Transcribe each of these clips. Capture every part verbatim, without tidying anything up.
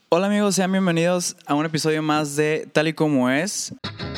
Hola amigos, sean bienvenidos a un episodio más de Tal y Como Es.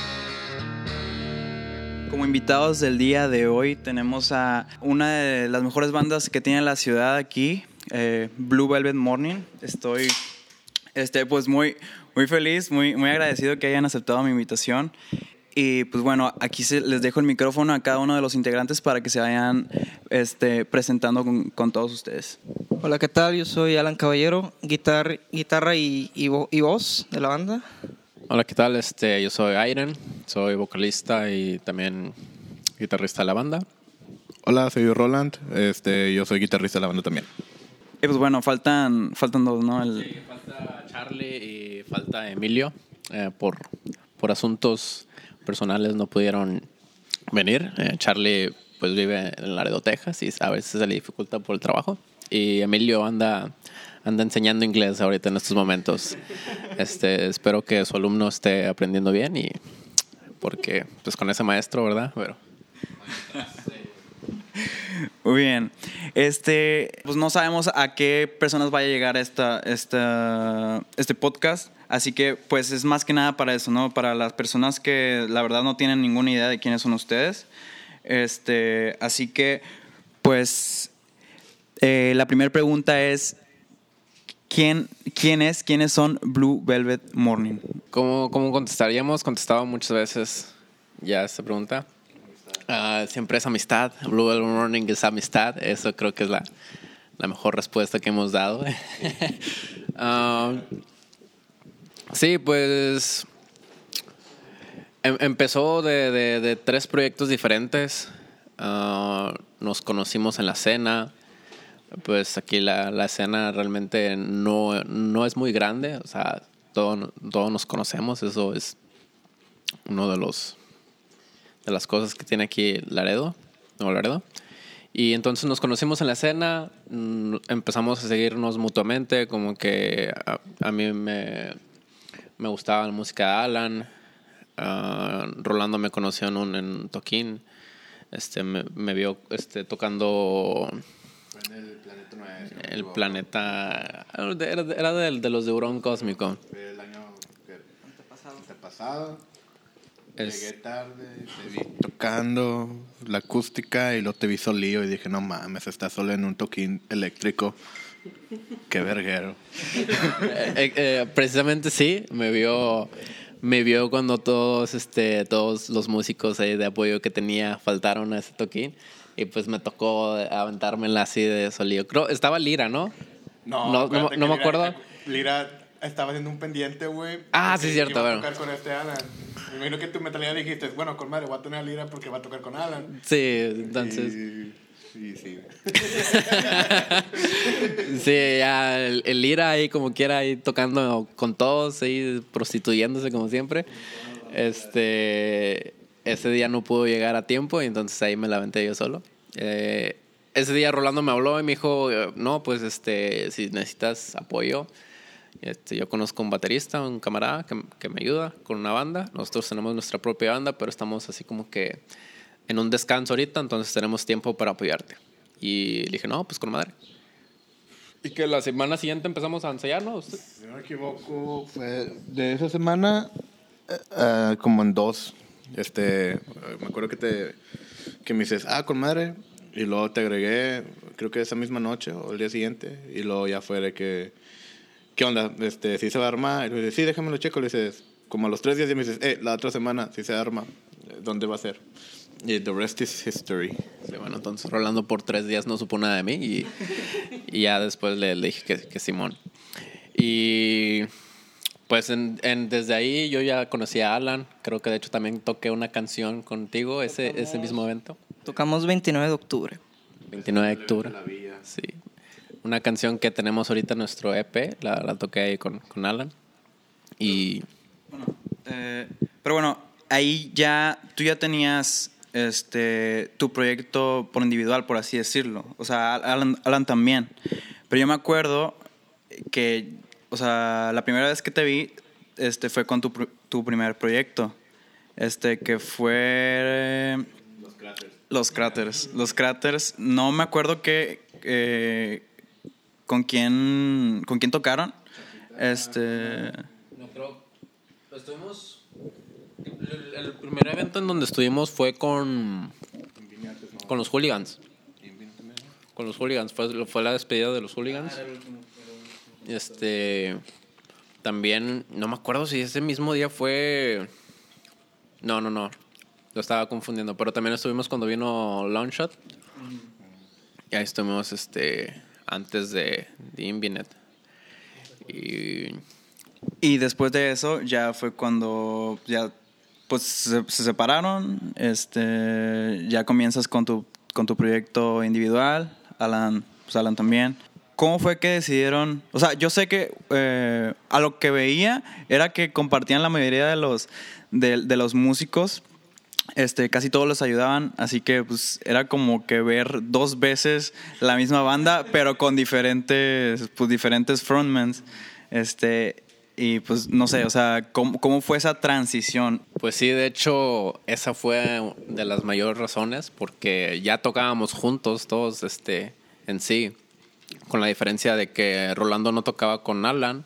Como invitados del día de hoy tenemos a una de las mejores bandas que tiene la ciudad aquí, eh, Blue Velvet Morning. Estoy este, pues muy, muy feliz, muy, muy agradecido que hayan aceptado mi invitación. Y pues bueno, aquí se, les dejo el micrófono a cada uno de los integrantes para que se vayan este, presentando con, con todos ustedes. Hola, ¿qué tal? Yo soy Alan Caballero, guitar, guitarra y, y, vo, y voz de la banda. Hola, ¿qué tal? Este, yo soy Iron, soy vocalista y también guitarrista de la banda. Hola, soy Roland, este, yo soy guitarrista de la banda también. Y pues bueno, faltan, faltan dos, ¿no? El... Sí, falta Charlie y falta Emilio. Eh, por, por asuntos personales no pudieron venir. Eh, Charlie pues vive en Laredo, Texas, y a veces se le dificulta por el trabajo. Y Emilio anda, anda enseñando inglés ahorita en estos momentos. Este, espero que su alumno esté aprendiendo bien, y porque pues con ese maestro, ¿verdad? Pero... Muy bien. Este, pues no sabemos a qué personas vaya a llegar esta, esta, este podcast. Así que pues es más que nada para eso, ¿no? Para las personas que la verdad no tienen ninguna idea de quiénes son ustedes. Este, así que pues eh, la primera pregunta es ¿quién, quién es, quiénes son Blue Velvet Morning? ¿Cómo, cómo contestaríamos? Contestado muchas veces ya esta pregunta. Uh, siempre es amistad. Blue Velvet Morning es amistad. Eso creo que es la, la mejor respuesta que hemos dado. uh, sí, pues em, empezó de, de, de tres proyectos diferentes. Uh, nos conocimos en la escena. Pues aquí la, la escena realmente no, no es muy grande. O sea, todos todo nos conocemos. Eso es uno de los de las cosas que tiene aquí Laredo, Nuevo Laredo. Y entonces nos conocimos en la escena, empezamos a seguirnos mutuamente, como que a, a mí me, me gustaba la música de Alan, uh, Rolando me conoció en un, en un toquín, este, me, me vio este, tocando en el planeta nueve, si no el planeta, era, era de, de los de Hurón Cósmico. El año que, antepasado. antepasado. Es... Llegué tarde, te vi tocando la acústica y luego te vi solillo y dije, no mames, estás solo en un toquín eléctrico. Qué verguero. eh, eh, precisamente sí, me vio, me vio cuando todos, este, todos los músicos ahí de apoyo que tenía faltaron a ese toquín, y pues me tocó aventármela así de solillo. Creo, estaba Lira, ¿no? No, no, no, no me acuerdo. Lira estaba haciendo un pendiente, güey. Ah, sí, cierto, iba a bueno. tocar con este Alan. Me imagino que en tu mentalidad dijiste, bueno, con madre, voy a tener a Lira porque va a tocar con Alan. Sí, entonces... Y, sí, sí. Sí, ya el, el Lira ahí como quiera, ahí tocando con todos, ahí prostituyéndose como siempre. Este... Ese día no pudo llegar a tiempo y entonces ahí me la aventé yo solo. Eh, ese día Rolando me habló y me dijo, no, pues este, si necesitas apoyo, este, yo conozco un baterista, un camarada que, que me ayuda con una banda. Nosotros tenemos nuestra propia banda, pero estamos así como que en un descanso ahorita, entonces tenemos tiempo para apoyarte. Y le dije, no, pues con madre. Y que la semana siguiente empezamos a ensayar, ¿no? ¿Usted? Si no me equivoco, fue de esa semana, uh, como en dos. Este, me acuerdo que te que me dices, ah, con madre, y luego te agregué, creo que esa misma noche o el día siguiente, y luego ya fue de que, ¿qué onda? Este, ¿sí se va a armar? Y le dices, sí, déjame lo checo. Le dices, como a los tres días, y me dices, eh, la otra semana, sí se arma, ¿dónde va a ser? Y the rest is history. Sí, bueno, entonces Rolando por tres días no supo nada de mí, y, y ya después le, le dije que, que Simón. Y... Pues en, en, desde ahí yo ya conocí a Alan. Creo que de hecho también toqué una canción contigo ese, tocamos, ese mismo evento. Tocamos veintinueve de octubre. veintinueve de octubre. Sí. Una canción que tenemos ahorita en nuestro E P. La, la toqué ahí con, con Alan. Y... Bueno, eh, pero bueno, ahí ya... Tú ya tenías este, tu proyecto por individual, por así decirlo. O sea, Alan, Alan también. Pero yo me acuerdo que... O sea, la primera vez que te vi este, fue con tu, tu primer proyecto, este, que fue... Los Cráteres. Los Cráteres. Los Cráteres. No me acuerdo que, eh, con quién con quién tocaron, Este... No creo. Estuvimos. El, el primer evento en donde estuvimos fue con. Con los Hooligans. Con los Hooligans. Fue, fue la despedida de los Hooligans. Este. También. No me acuerdo si ese mismo día fue. No, no, no. Lo estaba confundiendo. Pero también estuvimos cuando vino Longshot. Y ahí estuvimos este. Antes de, de Invinet. Y. Y después de eso ya fue cuando ya pues se, se separaron, este ya comienzas con tu con tu proyecto individual, Alan, pues Alan también. ¿Cómo fue que decidieron? O sea, yo sé que eh, a lo que veía era que compartían la mayoría de los de, de los músicos, este casi todos los ayudaban, así que pues era como que ver dos veces la misma banda, pero con diferentes pues diferentes frontmans, este y pues no sé, o sea, ¿cómo, ¿cómo fue esa transición? Pues sí, de hecho, esa fue de las mayores razones, porque ya tocábamos juntos todos este, en sí, con la diferencia de que Rolando no tocaba con Alan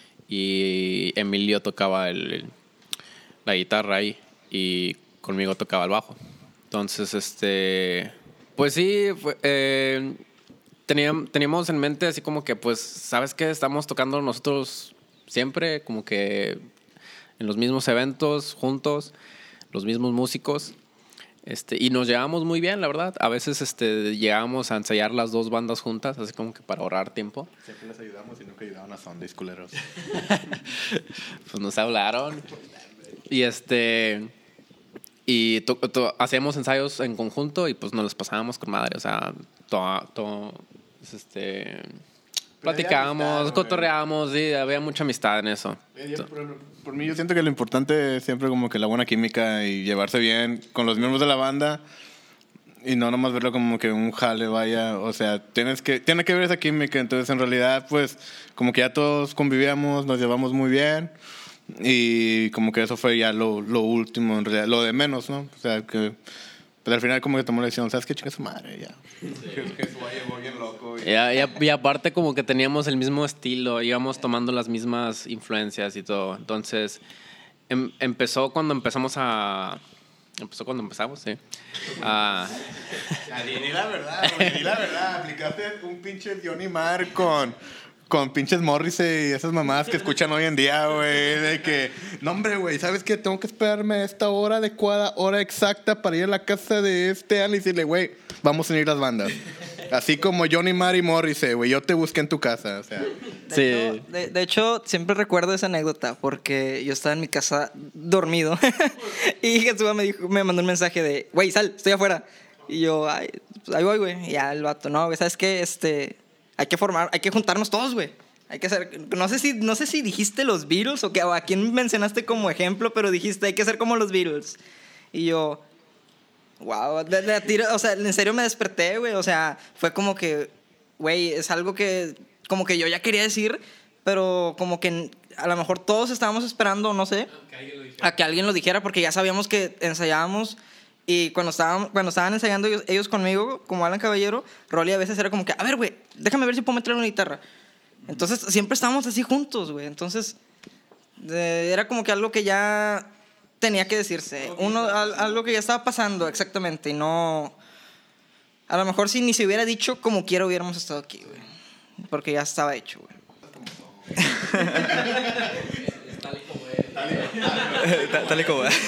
y Emilio tocaba el, la guitarra ahí y conmigo tocaba el bajo. Entonces, este, pues sí, fue, eh, teníamos, teníamos en mente así como que, pues, ¿sabes qué? Estamos tocando nosotros siempre, como que en los mismos eventos, juntos, los mismos músicos. Este, y nos llevamos muy bien, la verdad. A veces este, llegábamos a ensayar las dos bandas juntas, así como que para ahorrar tiempo. Siempre les ayudamos y nunca ayudaban a Sundays, culeros. Pues nos hablaron. Y este... Y to, to, hacíamos ensayos en conjunto y pues nos los pasábamos con madre. O sea, todo... To, este... platicábamos, amistad, cotorreábamos, sí, había mucha amistad en eso. Yo, por, por mí yo siento que lo importante es siempre como que la buena química y llevarse bien con los miembros de la banda y no nomás verlo como que un jale vaya, o sea, tienes que tiene que ver esa química, entonces en realidad pues como que ya todos convivíamos, nos llevamos muy bien y como que eso fue ya lo, lo último en realidad, lo de menos, ¿no? O sea, que pero al final como que tomó la decisión, ¿sabes qué? Chinga su madre, ya. Sí. Que su llegó bien loco. Y... Y, y, y aparte como que teníamos el mismo estilo, íbamos tomando las mismas influencias y todo. Entonces, em, empezó cuando empezamos a... Empezó cuando empezamos, sí. A... Di la verdad, güey, di la verdad. Aplicaste un pinche Johnny Marr con... Con pinches Morrissey y esas mamadas que escuchan hoy en día, güey. De que, no, hombre, güey, ¿sabes qué? Tengo que esperarme esta hora adecuada, hora exacta para ir a la casa de este Alan y decirle, güey, vamos a unir las bandas. Así como Johnny Marr y Morrissey, güey, yo te busqué en tu casa, o sea. De, sí. hecho, de, de hecho, siempre recuerdo esa anécdota porque yo estaba en mi casa dormido y Jesús me, dijo, me mandó un mensaje de, güey, sal, estoy afuera. Y yo, ay, pues ahí voy, güey. Y ya el vato, no, güey, ¿sabes qué? Este... Hay que formar, hay que juntarnos todos, güey. Hay que hacer, no sé si, no sé si dijiste los Beatles o que a quién mencionaste como ejemplo, pero dijiste hay que ser como los Beatles. Y yo, wow, de, de tiro, o sea, en serio me desperté, güey. O sea, fue como que, güey, es algo que, como que yo ya quería decir, pero como que a lo mejor todos estábamos esperando, no sé, a que alguien lo dijera, porque ya sabíamos que ensayábamos. Y cuando estaban, cuando estaban ensayando ellos, ellos conmigo, como Alan Caballero, Rolly a veces era como que, a ver, güey, déjame ver si puedo meterle una guitarra. Entonces, siempre estábamos así juntos, güey. Entonces, eh, era como que algo que ya tenía que decirse. Uno, al, algo que ya estaba pasando, exactamente. Y no... A lo mejor si ni se hubiera dicho, como quiera hubiéramos estado aquí, güey. Porque ya estaba hecho, güey. Tal y como es. Tal y como es.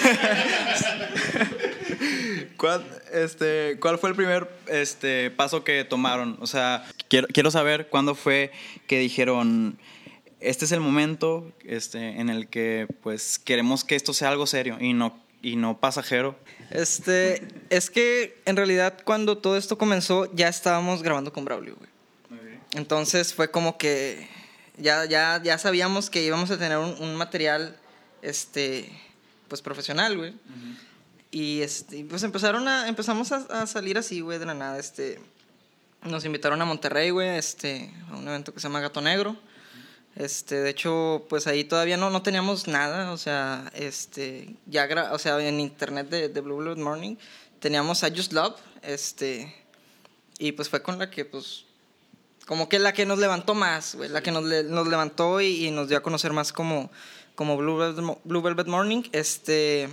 ¿Cuál, este, ¿Cuál fue el primer este, paso que tomaron? O sea, quiero, quiero saber cuándo fue que dijeron, este es el momento este, en el que pues, queremos que esto sea algo serio y no, y no pasajero. Este, es que en realidad cuando todo esto comenzó ya estábamos grabando con Braulio, güey. Okay. Entonces fue como que ya, ya, ya sabíamos que íbamos a tener un, un material este, pues, profesional, güey. Uh-huh. Y este, pues empezaron a, empezamos a, a salir así, güey, de la nada. Este, nos invitaron a Monterrey, güey, este, a un evento que se llama Gato Negro. Este, de hecho, pues ahí todavía no, no teníamos nada, o sea, este, ya, gra- o sea, en internet de, de Blue Blood Morning teníamos I Just Love, este, y pues fue con la que, pues, como que la que nos levantó más, güey, la que nos, le, nos levantó y, y nos dio a conocer más como, como Blue Velvet, Blue Velvet Morning, este...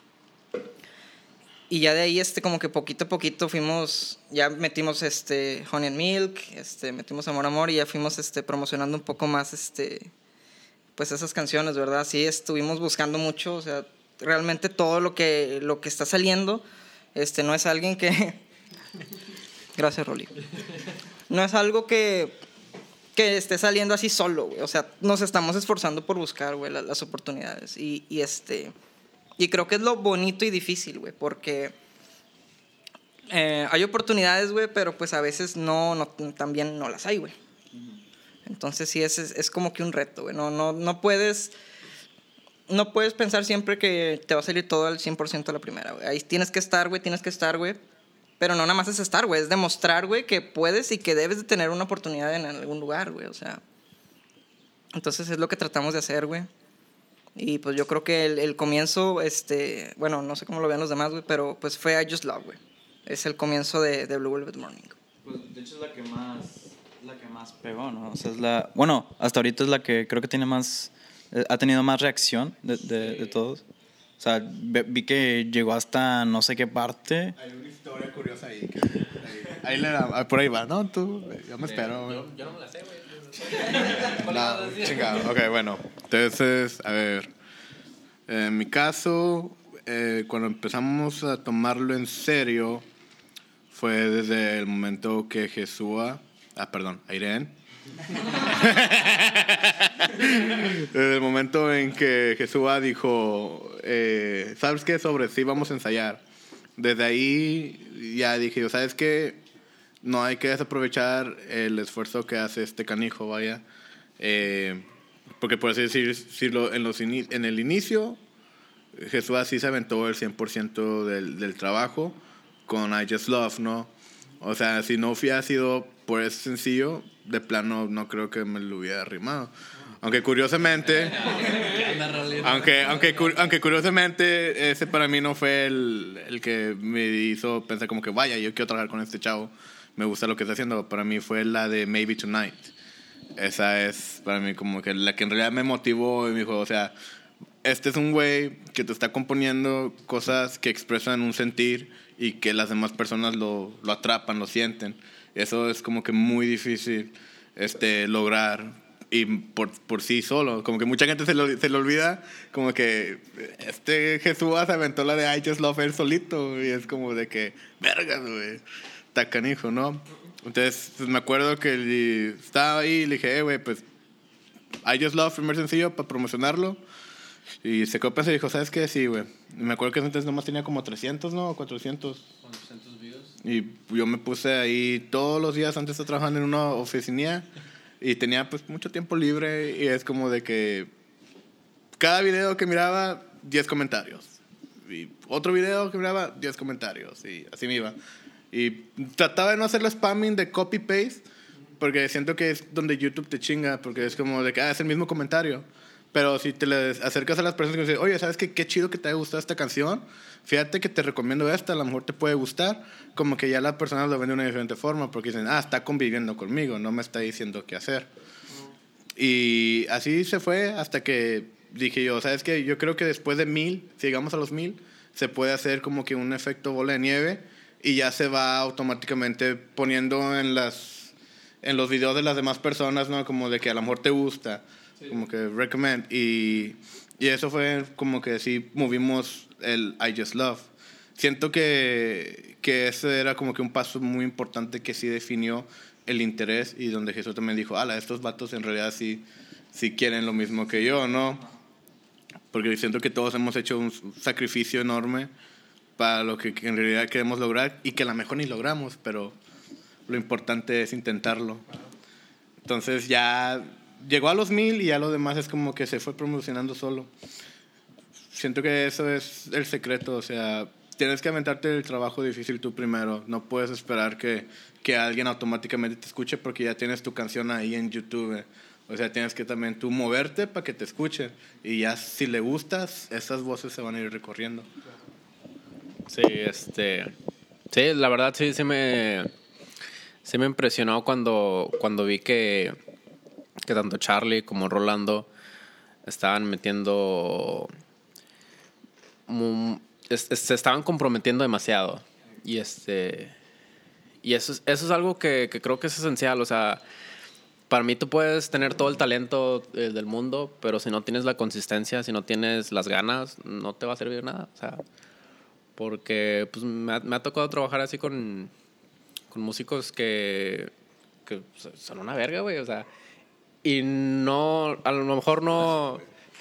Y ya de ahí, este, como que poquito a poquito fuimos, ya metimos, este, Honey and Milk, este, metimos Amor Amor y ya fuimos, este, promocionando un poco más, este, pues esas canciones, ¿verdad? Sí, estuvimos buscando mucho, o sea, realmente todo lo que, lo que está saliendo, este, no es alguien que... Gracias, Rolly. No es algo que, que esté saliendo así solo, güey, o sea, nos estamos esforzando por buscar, güey, las, las oportunidades y, y este... Y creo que es lo bonito y difícil, güey, porque eh, hay oportunidades, güey, pero pues a veces no, no, también no las hay, güey. Entonces sí, es, es, es como que un reto, güey. No, no, no, puedes, no puedes pensar siempre que te va a salir todo al cien por ciento a la primera, güey. Ahí tienes que estar, güey, tienes que estar, güey. Pero no nada más es estar, güey, es demostrar, güey, que puedes y que debes de tener una oportunidad en algún lugar, güey, o sea. Entonces es lo que tratamos de hacer, güey. Y pues yo creo que el, el comienzo, este, bueno, no sé cómo lo vean los demás, güey, pero pues fue I Just Love, güey. Es el comienzo de, de Blue Velvet Morning. Pues de hecho es la que más, la que más pegó, ¿no? O sea, es la, bueno, hasta ahorita es la que creo que tiene más, eh, ha tenido más reacción de, de, de todos. O sea, vi, vi que llegó hasta no sé qué parte. Hay una historia curiosa ahí. Que, ahí, ahí le da, por ahí va, ¿no? Tú, yo me espero. Yo, yo no me la sé, güey. No, chingado. Ok, bueno. Entonces, a ver. En mi caso, eh, cuando empezamos a tomarlo en serio, fue desde el momento que Jesúa, ah, perdón, Irene. Desde el momento en que Jesúa dijo, eh, ¿sabes qué? Sobre sí, vamos a ensayar. Desde ahí ya dije, ¿sabes qué? No hay que desaprovechar el esfuerzo que hace este canijo, vaya. Eh, porque por así decirlo, en, los in- en el inicio, Jesús así se aventó el cien por ciento del, del trabajo con I Just Love, ¿no? O sea, si no hubiera sido por ese sencillo, de plano no creo que me lo hubiera arrimado. Aunque curiosamente, aunque, aunque, aunque curiosamente ese para mí no fue el, el que me hizo pensar como que vaya, yo quiero trabajar con este chavo. Me gusta lo que está haciendo. Para mí fue la de Maybe Tonight. Esa es para mí como que la que en realidad me motivó y me dijo, o sea, este es un güey que te está componiendo cosas que expresan un sentir y que las demás personas lo, lo atrapan, lo sienten. Eso es como que muy difícil este, lograr y por, por sí solo. Como que mucha gente se lo, se lo olvida, como que este Jesús se aventó la de I Just Love él solito y es como de que, vergas, güey. Está canijo, ¿no? Entonces, pues, me acuerdo que estaba ahí y le dije, eh, güey, pues, I Just Love, primer sencillo, para promocionarlo. Y se quedó pensando y dijo, ¿sabes qué? Sí, güey. Me acuerdo que entonces nomás tenía como trescientos, ¿no? O cuatrocientos. cuatrocientos views. Y yo me puse ahí todos los días antes de trabajar en una oficina y tenía, pues, mucho tiempo libre y es como de que cada video que miraba, diez comentarios. Y otro video que miraba, diez comentarios. Y así me iba. Y trataba de no hacerle spamming de copy-paste, porque siento que es donde YouTube te chinga, porque es como de que ah, es el mismo comentario. Pero si te le acercas a las personas que dicen, oye, ¿sabes qué? Qué chido que te haya gustado esta canción. Fíjate que te recomiendo esta, a lo mejor te puede gustar. Como que ya la persona lo ven de una diferente forma, porque dicen, ah, está conviviendo conmigo, no me está diciendo qué hacer. Y así se fue hasta que dije yo, ¿sabes qué? Yo creo que después de mil, si llegamos a los mil, se puede hacer como que un efecto bola de nieve y ya se va automáticamente poniendo en las en los videos de las demás personas, ¿no? Como de que a lo mejor te gusta, sí. Como que recommend. Y, y eso fue como que sí movimos el I Just Love. Siento que, que ese era como que un paso muy importante que sí definió el interés y donde Jesús también dijo, ala, estos vatos en realidad sí, sí quieren lo mismo que yo, ¿no? Porque siento que todos hemos hecho un sacrificio enorme para lo que en realidad queremos lograr y que a lo mejor ni logramos, pero lo importante es intentarlo. Entonces ya llegó a los mil y ya lo demás es como que se fue promocionando solo. Siento que eso es el secreto, o sea, tienes que aventarte el trabajo difícil tú primero, no puedes esperar que, que alguien automáticamente te escuche porque ya tienes tu canción ahí en YouTube. O sea, tienes que también tú moverte para que te escuchen y ya si le gustas, esas voces se van a ir recorriendo. Sí, este, sí, la verdad sí, sí me, sí me impresionó cuando, cuando vi que, que tanto Charlie como Rolando estaban metiendo... Um, es, es, se estaban comprometiendo demasiado. Y este y eso es, eso es algo que, que creo que es esencial. O sea, para mí tú puedes tener todo el talento eh, del mundo, pero si no tienes la consistencia, si no tienes las ganas, no te va a servir nada. O sea, porque pues, me, ha, me ha tocado trabajar así con, con músicos que, que son una verga, güey. O sea, y no, a lo mejor no...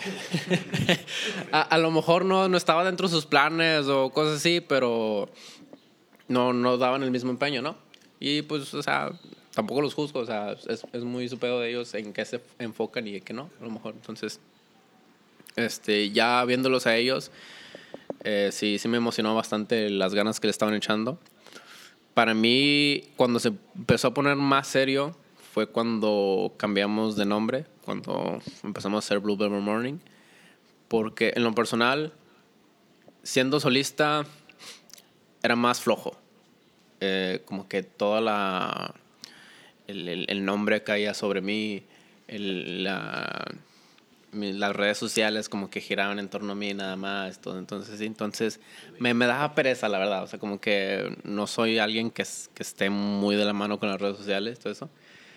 a, a lo mejor no, no estaba dentro de sus planes o cosas así, pero no, no daban el mismo empeño, ¿no? Y pues, o sea, tampoco los juzgo, o sea, es, es muy su pedo de ellos en qué se enfocan y en qué no, a lo mejor. Entonces, este, ya viéndolos a ellos, eh, sí, sí me emocionó bastante las ganas que le estaban echando. Para mí, cuando se empezó a poner más serio, fue cuando cambiamos de nombre, cuando empezamos a hacer Blue Velvet Morning, porque en lo personal, siendo solista, era más flojo. Eh, como que toda la... El, el, el nombre caía sobre mí, el, la, mi, las redes sociales como que giraban en torno a mí nada más, todo. Entonces, entonces me, me daba pereza, la verdad. O sea, como que no soy alguien que, que esté muy de la mano con las redes sociales, todo eso.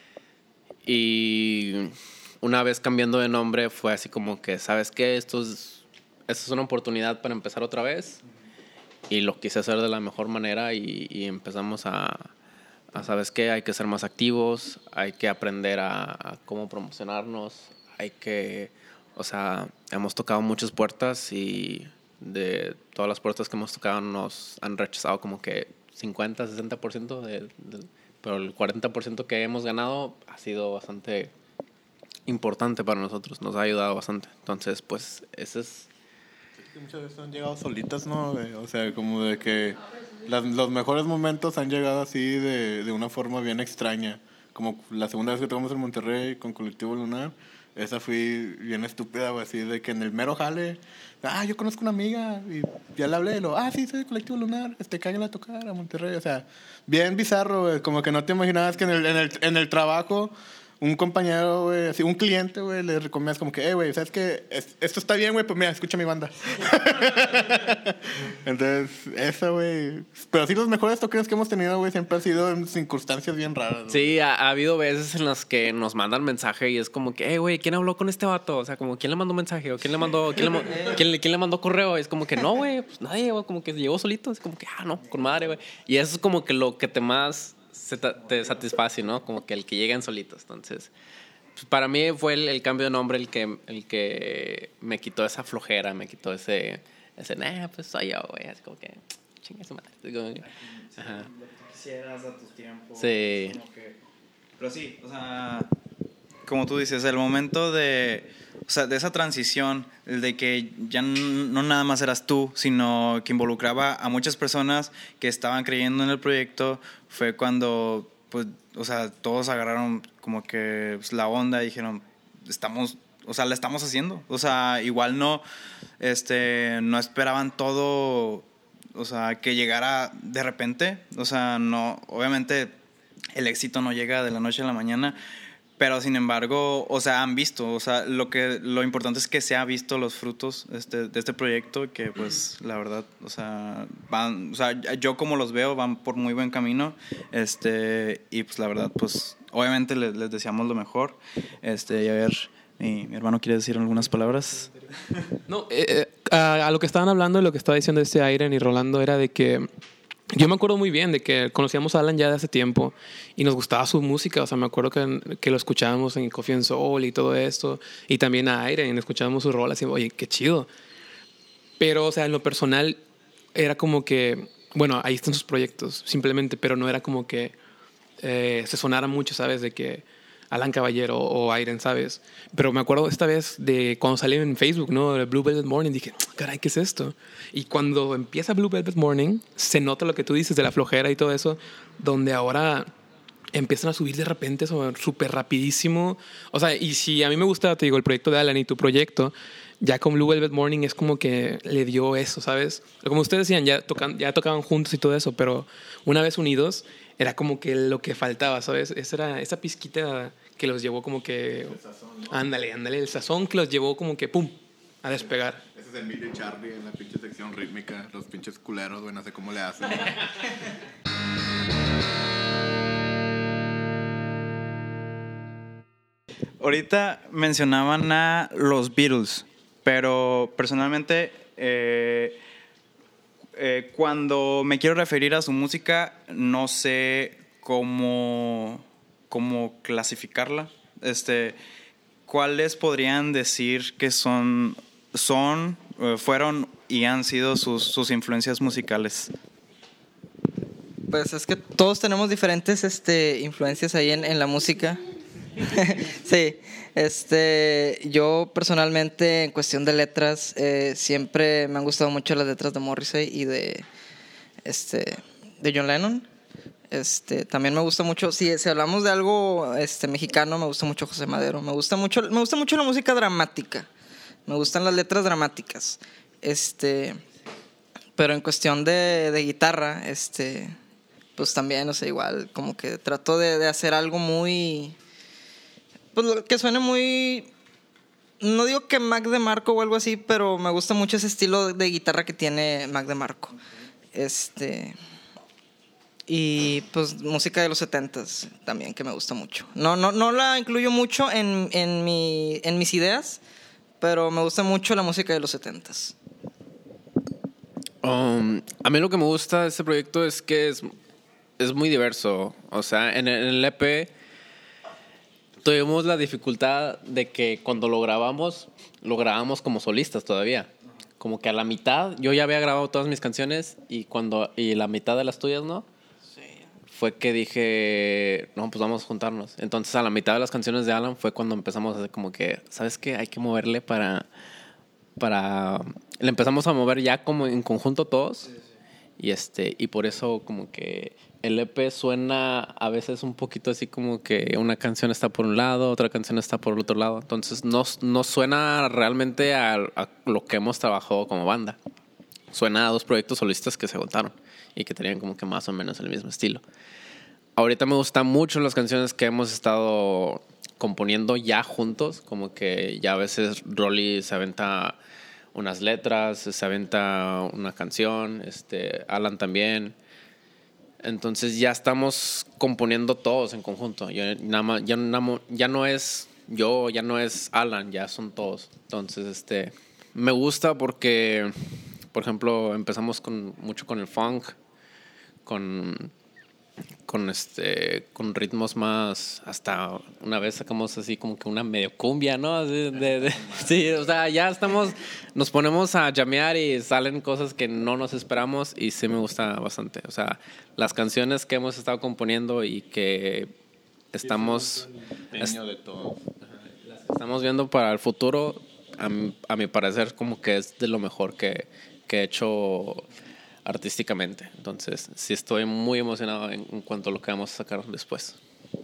Y una vez cambiando de nombre fue así como que, ¿sabes qué? Esto es, esto es una oportunidad para empezar otra vez. Y lo quise hacer de la mejor manera y, y empezamos a, a, ¿sabes qué? Hay que ser más activos, hay que aprender a, a cómo promocionarnos, hay que, o sea, hemos tocado muchas puertas y de todas las puertas que hemos tocado nos han rechazado como que cincuenta, sesenta por ciento de, de pero el cuarenta por ciento que hemos ganado ha sido bastante importante para nosotros, nos ha ayudado bastante. Entonces, pues, ese es... Muchas veces han llegado solitas, ¿no? O sea, como de que las, los mejores momentos han llegado así de, de una forma bien extraña. Como la segunda vez que tocamos en Monterrey con Colectivo Lunar, esa fui bien estúpida, güey, así de que en el mero jale, ah, yo conozco una amiga y ya le hablé, y lo, ah, sí, soy de Colectivo Lunar, este, cállala a tocar a Monterrey, o sea, bien bizarro, güey, como que no te imaginabas que en el, en el, en el trabajo un compañero, güey, así, un cliente, güey, le recomiendas como que, eh, güey, ¿sabes qué? Es, esto está bien, güey, pues mira, escucha mi banda. Entonces, eso, güey. Pero sí, los mejores toques que hemos tenido, güey, siempre han sido en circunstancias bien raras, güey. Sí, ha, ha habido veces en las que nos mandan mensaje y es como que, eh, güey, ¿quién habló con este vato? O sea, como, ¿quién le mandó mensaje? ¿O quién le mandó, quién le, quién le, quién le mandó correo? Y es como que, no, güey, pues nadie, güey, como que llegó solito. Es como que, ah, no, con madre, güey. Y eso es como que lo que te más... Se te satisface, ¿no? Como que el que llegan solitos. Entonces, pues para mí fue el, el cambio de nombre el que, el que me quitó esa flojera, me quitó ese, ese, nah, pues soy yo, güey. Es como que, chinga su madre. Como que, ajá. Lo que quisieras a tus tiempos. Sí. Como que, pero sí, o sea, como tú dices, el momento de, o sea, de esa transición, el de que ya no nada más eras tú, sino que involucraba a muchas personas que estaban creyendo en el proyecto, fue cuando, pues, o sea, todos agarraron como que pues, la onda y dijeron, estamos, o sea, la estamos haciendo. O sea, igual no, este, no esperaban todo, o sea, que llegara de repente. O sea, no, obviamente el éxito no llega de la noche a la mañana, pero sin embargo, o sea, han visto, o sea, lo que lo importante es que se ha visto los frutos este, de este proyecto, que pues la verdad, o sea, van, o sea, yo como los veo van por muy buen camino, este, y pues la verdad, pues obviamente les, les deseamos lo mejor, este, y a ver, mi, mi hermano quiere decir algunas palabras. No, eh, eh, a, a lo que estaban hablando, lo que estaba diciendo este Iron y Rolando era de que yo me acuerdo muy bien de que conocíamos a Alan ya de hace tiempo y nos gustaba su música. O sea, me acuerdo que, que lo escuchábamos en Coffee and Soul y todo esto. Y también a Iron, escuchábamos sus rolas y, oye, qué chido. Pero, o sea, en lo personal era como que, bueno, ahí están sus proyectos, simplemente, pero no era como que eh, se sonara mucho, ¿sabes? De que Alan Caballero o Iron, ¿sabes? Pero me acuerdo esta vez de cuando salió en Facebook, ¿no? Blue Velvet Morning, dije, caray, ¿qué es esto? Y cuando empieza Blue Velvet Morning, se nota lo que tú dices de la flojera y todo eso, donde ahora empiezan a subir de repente súper rapidísimo. O sea, y si a mí me gusta, te digo, el proyecto de Alan y tu proyecto, ya con Blue Velvet Morning es como que le dio eso, ¿sabes? Como ustedes decían, ya, tocan, ya tocaban juntos y todo eso, pero una vez unidos, era como que lo que faltaba, ¿sabes? Esa era esa pizquita que los llevó como que... El sazón, ¿no? Ándale, ándale, el sazón que los llevó como que, ¡pum!, a despegar. Ese es Emilio y Charlie en la pinche sección rítmica. Los pinches culeros, güey, no sé cómo le hacen. Ahorita mencionaban a los Beatles, pero personalmente eh, eh, cuando me quiero referir a su música no sé cómo, cómo clasificarla. Este, ¿cuáles podrían decir que son, son eh, fueron y han sido sus, sus influencias musicales? Pues es que todos tenemos diferentes este, influencias ahí en, en la música. Sí, este, yo personalmente en cuestión de letras eh, siempre me han gustado mucho las letras de Morrissey y de, este, de John Lennon. Este, también me gusta mucho, si, si hablamos de algo este, mexicano, me gusta mucho José Madero. Me gusta mucho, me gusta mucho la música dramática. Me gustan las letras dramáticas. Este, pero en cuestión de, de guitarra, este, pues también, o sea, igual, como que trato de, de hacer algo muy, pues que suene muy, no digo que Mac DeMarco o algo así, pero me gusta mucho ese estilo de guitarra que tiene Mac DeMarco. Este, y pues música de los setentas también, que me gusta mucho. No, no, no la incluyo mucho en, en, mi, en mis ideas, pero me gusta mucho la música de los setentas. Um, a mí lo que me gusta de este proyecto es que es, es muy diverso. O sea, en el, en el E P tuvimos la dificultad de que cuando lo grabamos, lo grabamos como solistas todavía. Como que a la mitad, yo ya había grabado todas mis canciones y cuando y la mitad de las tuyas, ¿no? Sí. Fue que dije, no, pues vamos a juntarnos. Entonces a la mitad de las canciones de Alan fue cuando empezamos a hacer como que, ¿sabes qué? Hay que moverle para... para le empezamos a mover ya como en conjunto todos. Sí, sí. Y este y por eso como que el E P suena a veces un poquito así como que una canción está por un lado, otra canción está por el otro lado. Entonces no, no suena realmente a, a lo que hemos trabajado como banda. Suena a dos proyectos solistas que se juntaron y que tenían como que más o menos el mismo estilo. Ahorita me gustan mucho las canciones que hemos estado componiendo ya juntos, como que ya a veces Rolly se aventa unas letras, se aventa una canción, este, Alan también. Entonces ya estamos componiendo todos en conjunto. Ya, nada más, ya, nada, ya no es yo, ya no es Alan, ya son todos. Entonces este, me gusta porque, por ejemplo, empezamos con, mucho con el funk, con... con este con ritmos más, hasta una vez sacamos así como que una medio cumbia, ¿no? Así de, de, sí, o sea, ya estamos, nos ponemos a llamear y salen cosas que no nos esperamos y sí me gusta bastante. O sea, las canciones que hemos estado componiendo y que estamos es de todo. Estamos viendo para el futuro, a, a mi parecer como que es de lo mejor que, que he hecho artísticamente. Entonces sí estoy muy emocionado en, en cuanto a lo que vamos a sacar después.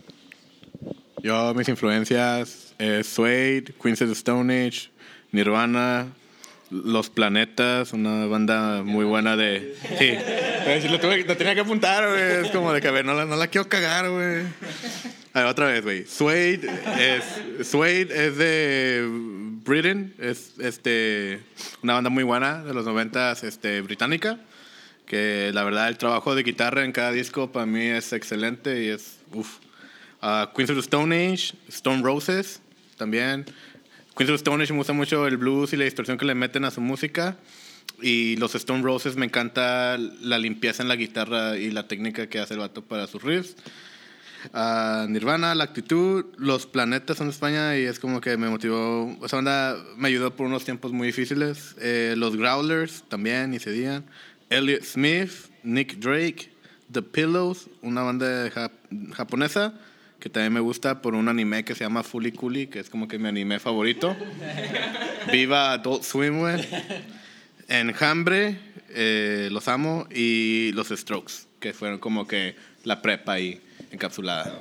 Yo, mis influencias es Suede, Queens of the Stone Age, Nirvana, Los Planetas, una banda muy buena de... Sí, pero si lo, tuve, lo tenía que apuntar, güey. Es como de que, a ver, no la, no la quiero cagar, güey. A ver, otra vez, güey. Suede es, Suede es de Britain, es este, una banda muy buena de los noventas, este, británica, que la verdad el trabajo de guitarra en cada disco para mí es excelente y es uff. Uh, Queens of the Stone Age, Stone Roses también. Queens of the Stone Age me gusta mucho el blues y la distorsión que le meten a su música, y los Stone Roses me encanta la limpieza en la guitarra y la técnica que hace el vato para sus riffs. Uh, Nirvana, La Actitud, Los Planetas son de España y es como que me motivó, esa banda me ayudó por unos tiempos muy difíciles. eh, Los Growlers también, y se digan Elliott Smith, Nick Drake, The Pillows, una banda jap- japonesa que también me gusta por un anime que se llama Fooly Cooly, que es como que mi anime favorito. Viva Adult Swim, güey. Enjambre, eh, los amo, y los Strokes, que fueron como que la prepa ahí encapsulada.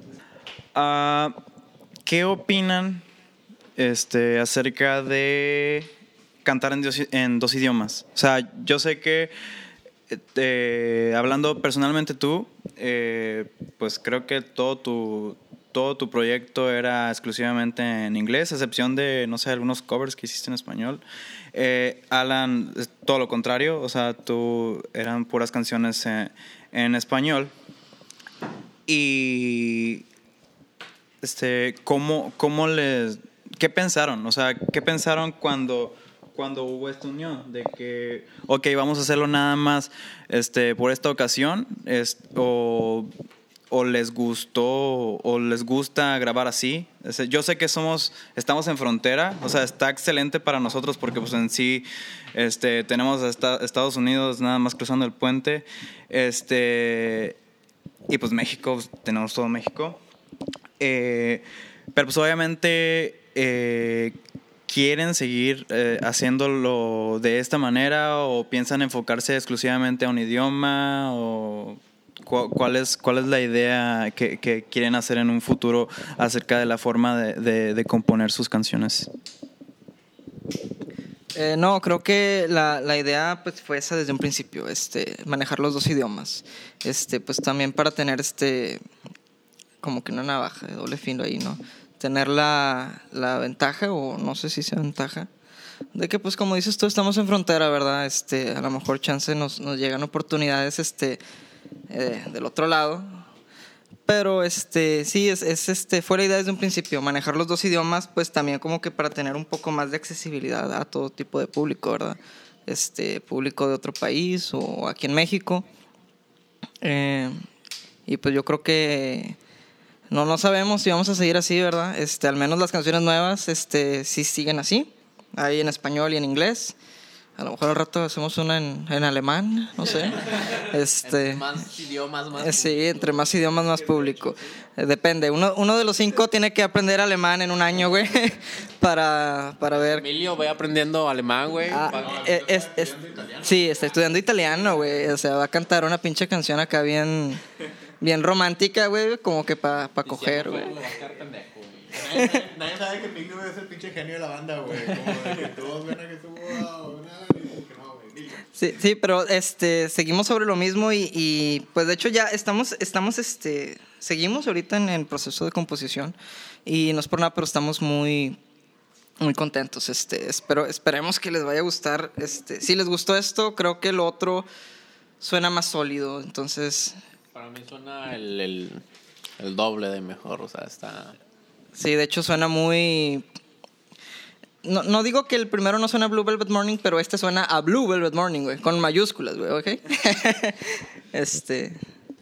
Uh, ¿Qué opinan este, acerca de cantar en dos, en dos idiomas? O sea, yo sé que eh, hablando personalmente tú, eh, pues creo que todo tu, todo tu proyecto era exclusivamente en inglés, a excepción de, no sé, algunos covers que hiciste en español. Eh, Alan, es todo lo contrario, o sea, tú eran puras canciones en, en español. Y este, ¿cómo, cómo les, qué pensaron? O sea, ¿qué pensaron cuando, cuando hubo esta unión? De que, ok, vamos a hacerlo nada más este, por esta ocasión, es, o, o les gustó, o les gusta grabar así. Yo sé que somos, estamos en frontera, o sea, está excelente para nosotros porque pues en sí este, tenemos a Estados Unidos nada más cruzando el puente, este, y pues México, tenemos todo México. Eh, pero pues obviamente eh, quieren seguir eh, haciéndolo de esta manera o piensan enfocarse exclusivamente a un idioma o cu- cuál es cuál es la idea que, que quieren hacer en un futuro acerca de la forma de, de, de componer sus canciones. Eh, no, creo que la, la idea pues fue esa desde un principio, este, manejar los dos idiomas, este, pues también para tener este, como que una navaja de doble filo ahí, ¿no? Tener la, la ventaja, o no sé si sea ventaja, de que pues como dices tú, estamos en frontera, ¿verdad? Este, a lo mejor chance nos, nos llegan oportunidades este, eh, del otro lado. Pero este, sí, es, es este, fue la idea desde un principio, manejar los dos idiomas, pues también como que para tener un poco más de accesibilidad a todo tipo de público, ¿verdad? Este, público de otro país o aquí en México. Eh, y pues yo creo que no, no sabemos si vamos a seguir así, ¿verdad? Este, al menos las canciones nuevas este, sí siguen así, ahí en español y en inglés. A lo mejor al rato hacemos una en, en alemán, no sé. Este, entre más idiomas, más sí, entre más idiomas, más público. Eh, depende. Uno, uno de los cinco tiene que aprender alemán en un año, güey, para, para ver. Emilio, voy aprendiendo alemán, güey. Ah, es, es, es, sí, está estudiando italiano, güey. O sea, va a cantar una pinche canción acá bien, bien romántica, güey, como que para pa coger, güey. Nadie, nadie sabe que Emilio es el pinche genio de la banda, güey. Como de que todos ven a que subo a una y dicen que no, güey. Sí, sí, pero este, seguimos sobre lo mismo y, y pues de hecho ya estamos, estamos este, seguimos ahorita en el proceso de composición y no es por nada, pero estamos muy, muy contentos. Este, espero, esperemos que les vaya a gustar. Este, si les gustó esto, creo que lo otro suena más sólido, entonces. Para mí suena el, el, el doble de mejor, o sea, está. Sí, de hecho suena muy. No, no digo que el primero no suena a Blue Velvet Morning, pero este suena a Blue Velvet Morning, güey, con mayúsculas, güey, ¿ok? este.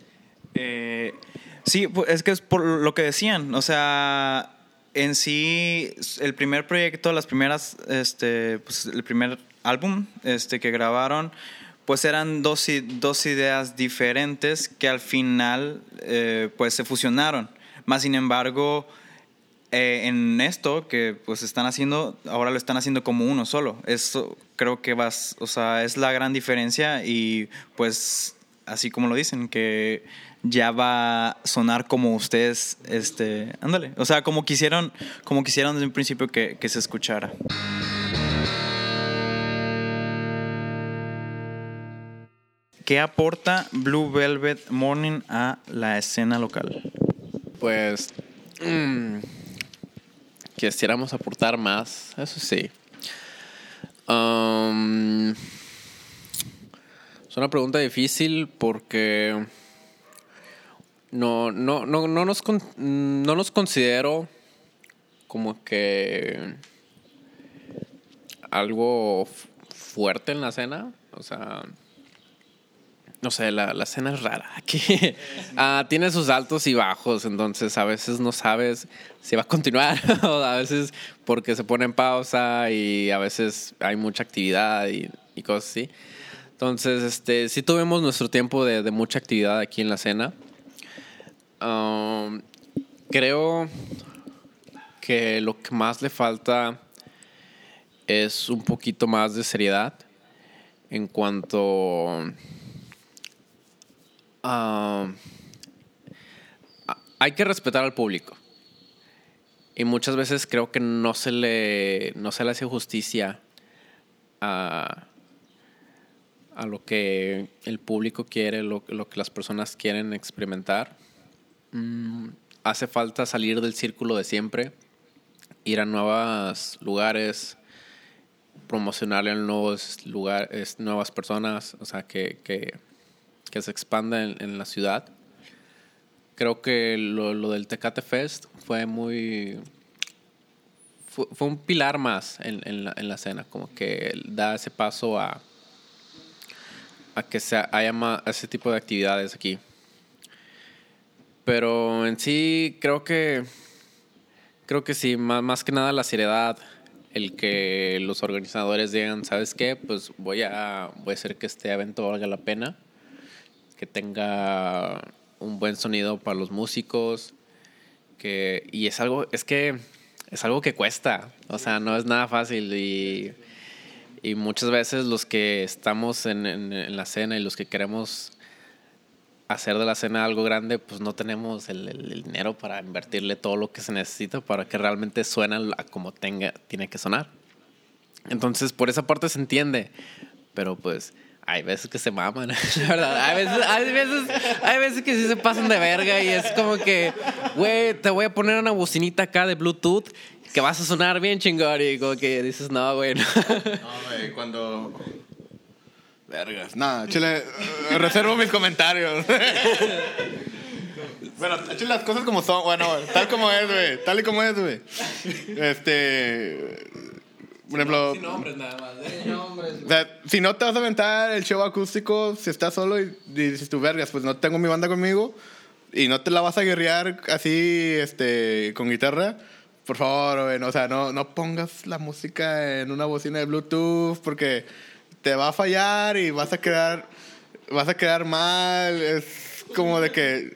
Eh, sí, pues, es que es por lo que decían, o sea, en sí, el primer proyecto, las primeras, este, pues, el primer álbum este, que grabaron, pues eran dos, dos ideas diferentes que al final, eh, pues se fusionaron. Más sin embargo, Eh, en esto que pues están haciendo, ahora lo están haciendo como uno solo. Eso creo que vas, o sea, es la gran diferencia y pues así como lo dicen, que ya va a sonar como ustedes, este, ándale, o sea, como quisieron, como quisieron desde un principio que, que se escuchara. ¿Qué aporta Blue Velvet Morning a la escena local? Pues mmm, quisiéramos aportar más, eso sí. Um, es una pregunta difícil porque no, no, no, no, nos, con, no nos considero como que algo fuerte en la escena, o sea. No sé, la, la escena es rara. Aquí uh, tiene sus altos y bajos, entonces a veces no sabes si va a continuar, o a veces porque se pone en pausa y a veces hay mucha actividad y, y cosas así. Entonces, este, sí tuvimos nuestro tiempo de, de mucha actividad aquí en la escena. Um, creo que lo que más le falta es un poquito más de seriedad en cuanto... Uh, hay que respetar al público y muchas veces creo que no se le no se le hace justicia a, a lo que el público quiere, lo, lo que las personas quieren experimentar. Mm, hace falta salir del círculo de siempre, ir a nuevos lugares, promocionarle a nuevos lugares, nuevas personas, o sea, que, que, que se expanda en, en la ciudad. Creo que lo, lo del Tecate Fest fue muy... Fue, fue un pilar más en, en, la, en la escena, como que da ese paso a, a que se haya más, ese tipo de actividades aquí. Pero en sí creo que creo que sí, más, más que nada la seriedad, el que los organizadores digan, ¿sabes qué? Pues voy a, voy a hacer que este evento valga la pena, que tenga un buen sonido para los músicos, que y es algo, es que es algo que cuesta, o sea, no es nada fácil y, y muchas veces los que estamos en, en, en la escena y los que queremos hacer de la escena algo grande, pues no tenemos el, el, el dinero para invertirle todo lo que se necesita para que realmente suene como tenga, tiene que sonar. Entonces, por esa parte se entiende, pero pues hay veces que se maman, la verdad. Hay veces, hay veces, hay veces que sí se pasan de verga y es como que, güey, te voy a poner una bocinita acá de Bluetooth que vas a sonar bien chingón y como que dices, no, güey, no. No, güey, cuando... Vergas. Nada, chile, uh, reservo mis comentarios. Bueno, chile, las cosas como son. Bueno, tal como es, güey. Tal y como es, güey. Este... Por ejemplo... Sin nombres nada más. ¿eh? Sin nombres. O sea, si no te vas a aventar el show acústico, si estás solo y, y dices tú, vergas, pues no tengo mi banda conmigo y no te la vas a guerrear así, este, con guitarra, por favor, güey, no, o sea, no, no pongas la música en una bocina de Bluetooth porque te va a fallar y vas a quedar, vas a quedar mal. Es como de que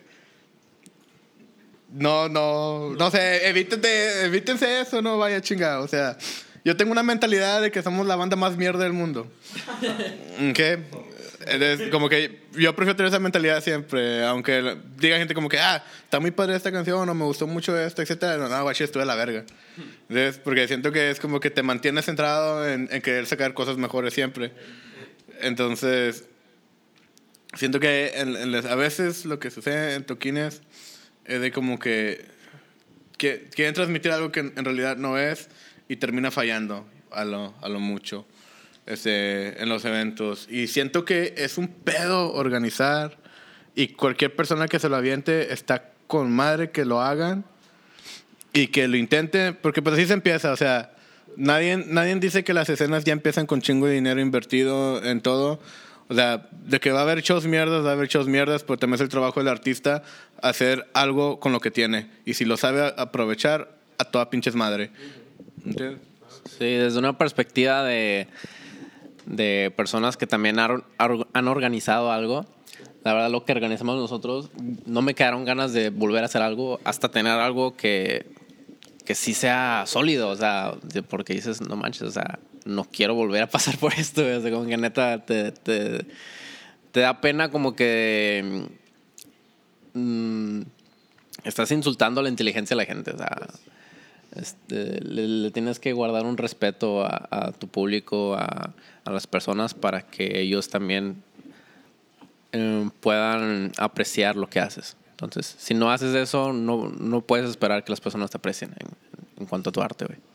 no, no, no sé, evítense, evítense eso, no vaya chingado, o sea. Yo tengo una mentalidad de que somos la banda más mierda del mundo. ¿Qué? Es como que yo prefiero tener esa mentalidad siempre. Aunque diga gente como que, ah, está muy padre esta canción, o me gustó mucho esto, etcétera. No, no, guachi, estuve de la verga. ¿Ves? Porque siento que es como que te mantienes centrado en, en querer sacar cosas mejores siempre. Entonces, siento que en, en les, a veces lo que sucede en toquines es de como que, que quieren transmitir algo que en, en realidad no es. Y termina fallando a lo, a lo mucho este, en los eventos. Y siento que es un pedo organizar. Y cualquier persona que se lo aviente está con madre que lo hagan. Y que lo intenten. Porque pues así se empieza. O sea, nadie, nadie dice que las escenas ya empiezan con chingo de dinero invertido en todo. O sea, de que va a haber shows mierdas, va a haber shows mierdas. Pero también es el trabajo del artista hacer algo con lo que tiene. Y si lo sabe aprovechar, a toda pinches madre. Sí, desde una perspectiva de, de personas que también han, han organizado algo, la verdad lo que organizamos nosotros, no me quedaron ganas de volver a hacer algo hasta tener algo que, que sí sea sólido, o sea, porque dices, no manches, o sea, no quiero volver a pasar por esto, o sea, como que neta te, te, te da pena como que mmm, estás insultando la inteligencia de la gente, o sea... Este, le, le tienes que guardar un respeto a, a tu público, a, a las personas para que ellos también eh, puedan apreciar lo que haces. Entonces, si no haces eso, no, no puedes esperar que las personas te aprecien en, en cuanto a tu arte, güey.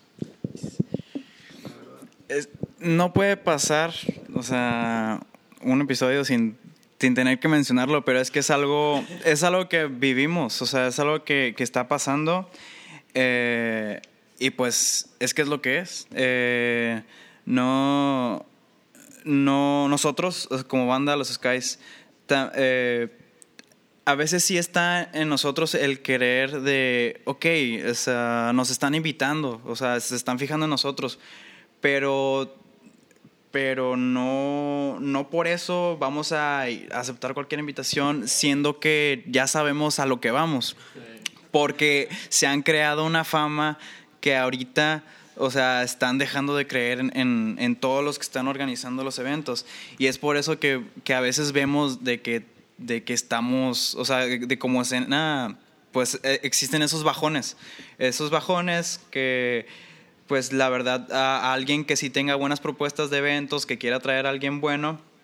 Es, no puede pasar, o sea, un episodio sin, sin tener que mencionarlo, pero es que es algo, es algo que vivimos, o sea, es algo que, que está pasando. Eh, y pues es que es lo que es. Eh, no, no, nosotros como banda Los Skies, ta, eh, a veces sí está en nosotros el querer de, ok, o sea, nos están invitando, o sea, se están fijando en nosotros, pero, pero no, no por eso vamos a aceptar cualquier invitación, siendo que ya sabemos a lo que vamos. Porque se han creado una fama que ahorita, o sea, están dejando de creer en, en, en todos los que están organizando los eventos. Y es por eso que, que a veces vemos de que, de que estamos, o sea, de, de como escena, pues eh, existen esos bajones. Esos bajones que, pues la verdad, a, a alguien que sí tenga buenas propuestas de eventos, que quiera traer a alguien bueno,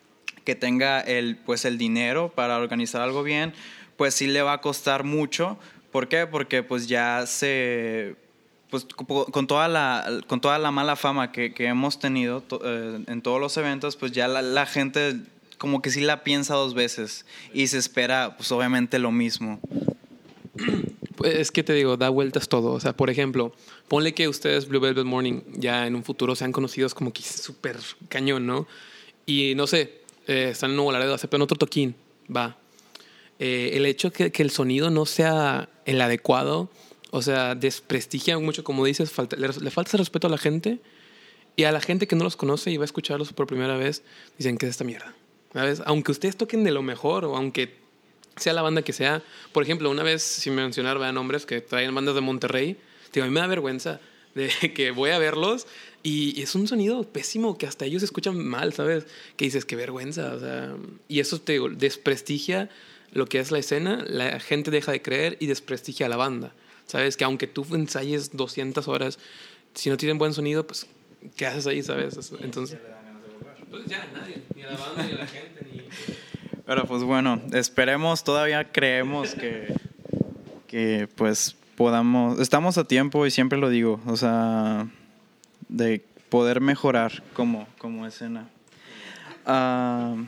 que tenga el, pues, el dinero para organizar algo bien, pues sí le va a costar mucho. ¿Por qué? Porque pues ya se... Pues con toda la, con toda la mala fama que, que hemos tenido to, eh, en todos los eventos, pues ya la, la gente como que sí la piensa dos veces y se espera pues obviamente lo mismo. Pues es que te digo, da vueltas todo. O sea, por ejemplo, ponle que ustedes, Blue Velvet Morning, ya en un futuro sean conocidos como que súper cañón, ¿no? Y no sé, eh, están en Nuevo Laredo, aceptan otro toquín, va. Eh, el hecho que, que el sonido no sea el adecuado, o sea, desprestigia mucho, como dices, falta, le, le falta ese respeto a la gente. Y a la gente que no los conoce y va a escucharlos por primera vez, dicen, ¿qué es esta mierda? ¿Sabes? Aunque ustedes toquen de lo mejor o aunque sea la banda que sea. Por ejemplo, una vez, sin mencionar ¿verdad? nombres que traen bandas de Monterrey, digo, a mí me da vergüenza de que voy a verlos y es un sonido pésimo que hasta ellos escuchan mal, ¿sabes? Que dices, qué vergüenza. O sea, y eso te digo, desprestigia lo que es la escena, la gente deja de creer y desprestigia a la banda. ¿Sabes? Que aunque tú ensayes doscientas horas, si no tienen buen sonido, pues, ¿qué haces ahí, sabes? Entonces, pues ya, nadie, ni a la banda, ni a la gente, ni... Pero pues bueno, esperemos, todavía creemos que, que pues podamos, estamos a tiempo y siempre lo digo, o sea, de poder mejorar como, como escena. Uh,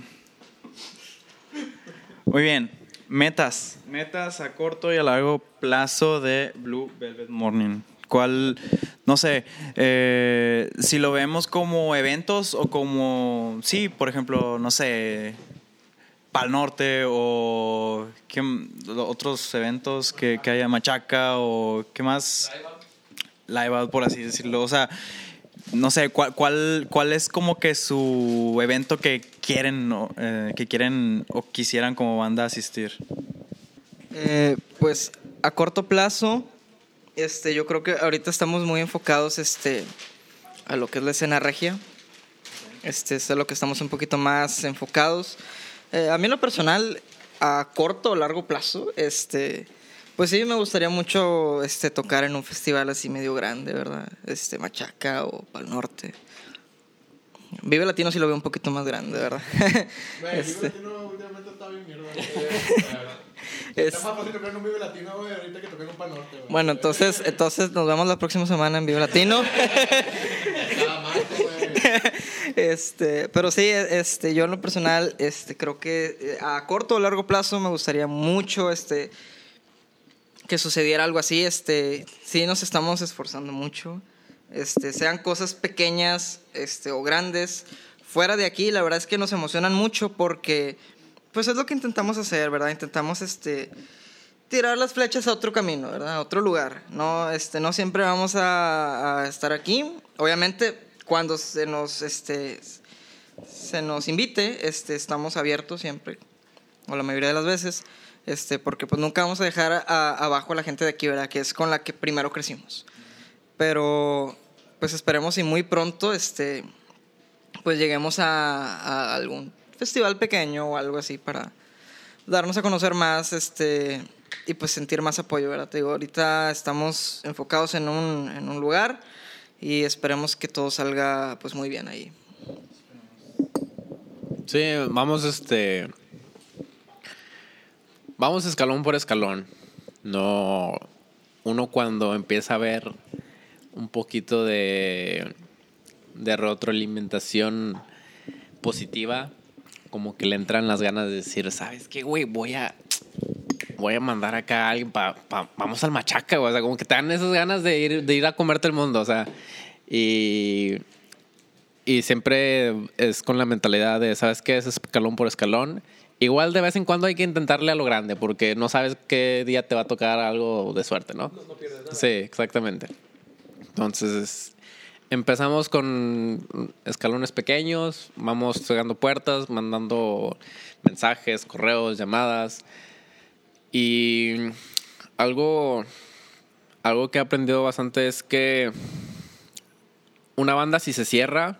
muy bien, metas, metas a corto y a largo plazo de Blue Velvet Morning. ¿Cuál, no sé, eh, si lo vemos como eventos o como, sí, por ejemplo, no sé, Pal Norte o ¿qué, otros eventos que, que haya, Machaca o qué más? Live Out, por así decirlo. O sea, no sé, ¿cuál, cuál, cuál es como que su evento que quieren, ¿no? eh, que quieren o quisieran como banda asistir? Eh, pues a corto plazo, este, yo creo que ahorita estamos muy enfocados este, a lo que es la escena regia. Este, es a lo que estamos un poquito más enfocados. Eh, a mí en lo personal, a corto o largo plazo, este, pues sí me gustaría mucho este, tocar en un festival así medio grande, ¿verdad? Este, Machaca o Pal Norte. Vive Latino sí lo veo un poquito más grande, ¿verdad? Güey, este, Vive Latino últimamente está bien mierda. es, Está más fácil tocar en un Vive Latino, güey, ahorita que tocar en un Pal Norte, güey. bueno, entonces, entonces nos vemos la próxima semana en Vive Latino. Cada martes, güey. Este, pero sí, este, yo en lo personal, este, creo que a corto o largo plazo me gustaría mucho, este, que sucediera algo así. Este, sí nos estamos esforzando mucho, este, sean cosas pequeñas, este, o grandes. Fuera de aquí, la verdad es que nos emocionan mucho porque, pues, es lo que intentamos hacer, ¿verdad? Intentamos, este, tirar las flechas a otro camino, ¿verdad? A otro lugar. No, este, no siempre vamos a, a estar aquí. Obviamente, cuando se nos, este, se nos invite, este, estamos abiertos siempre, o la mayoría de las veces, este, porque pues nunca vamos a dejar a, abajo a la gente de aquí, ¿verdad? Que es con la que primero crecimos. Pero, pues esperemos y muy pronto, este, pues lleguemos a, a algún festival pequeño o algo así para darnos a conocer más, este, y pues sentir más apoyo, ¿verdad? Te digo, ahorita estamos enfocados en un, en un lugar y esperemos que todo salga pues muy bien ahí. Sí, vamos este vamos escalón por escalón. No, uno cuando empieza a ver un poquito de de retroalimentación positiva, como que le entran las ganas de decir, ¿sabes qué, güey? Voy a voy a mandar acá a alguien para pa, vamos al Machaca, güey. O sea, como que te dan esas ganas de ir, de ir a comerte el mundo, o sea, y, y siempre es con la mentalidad de, ¿sabes qué? Es escalón por escalón. Igual de vez en cuando hay que intentarle a lo grande, porque no sabes qué día te va a tocar algo de suerte, ¿no? No, no pierdes nada. Sí, exactamente. Entonces, empezamos con escalones pequeños, vamos tocando puertas, mandando mensajes, correos, llamadas. Y algo, algo que he aprendido bastante es que una banda, si se cierra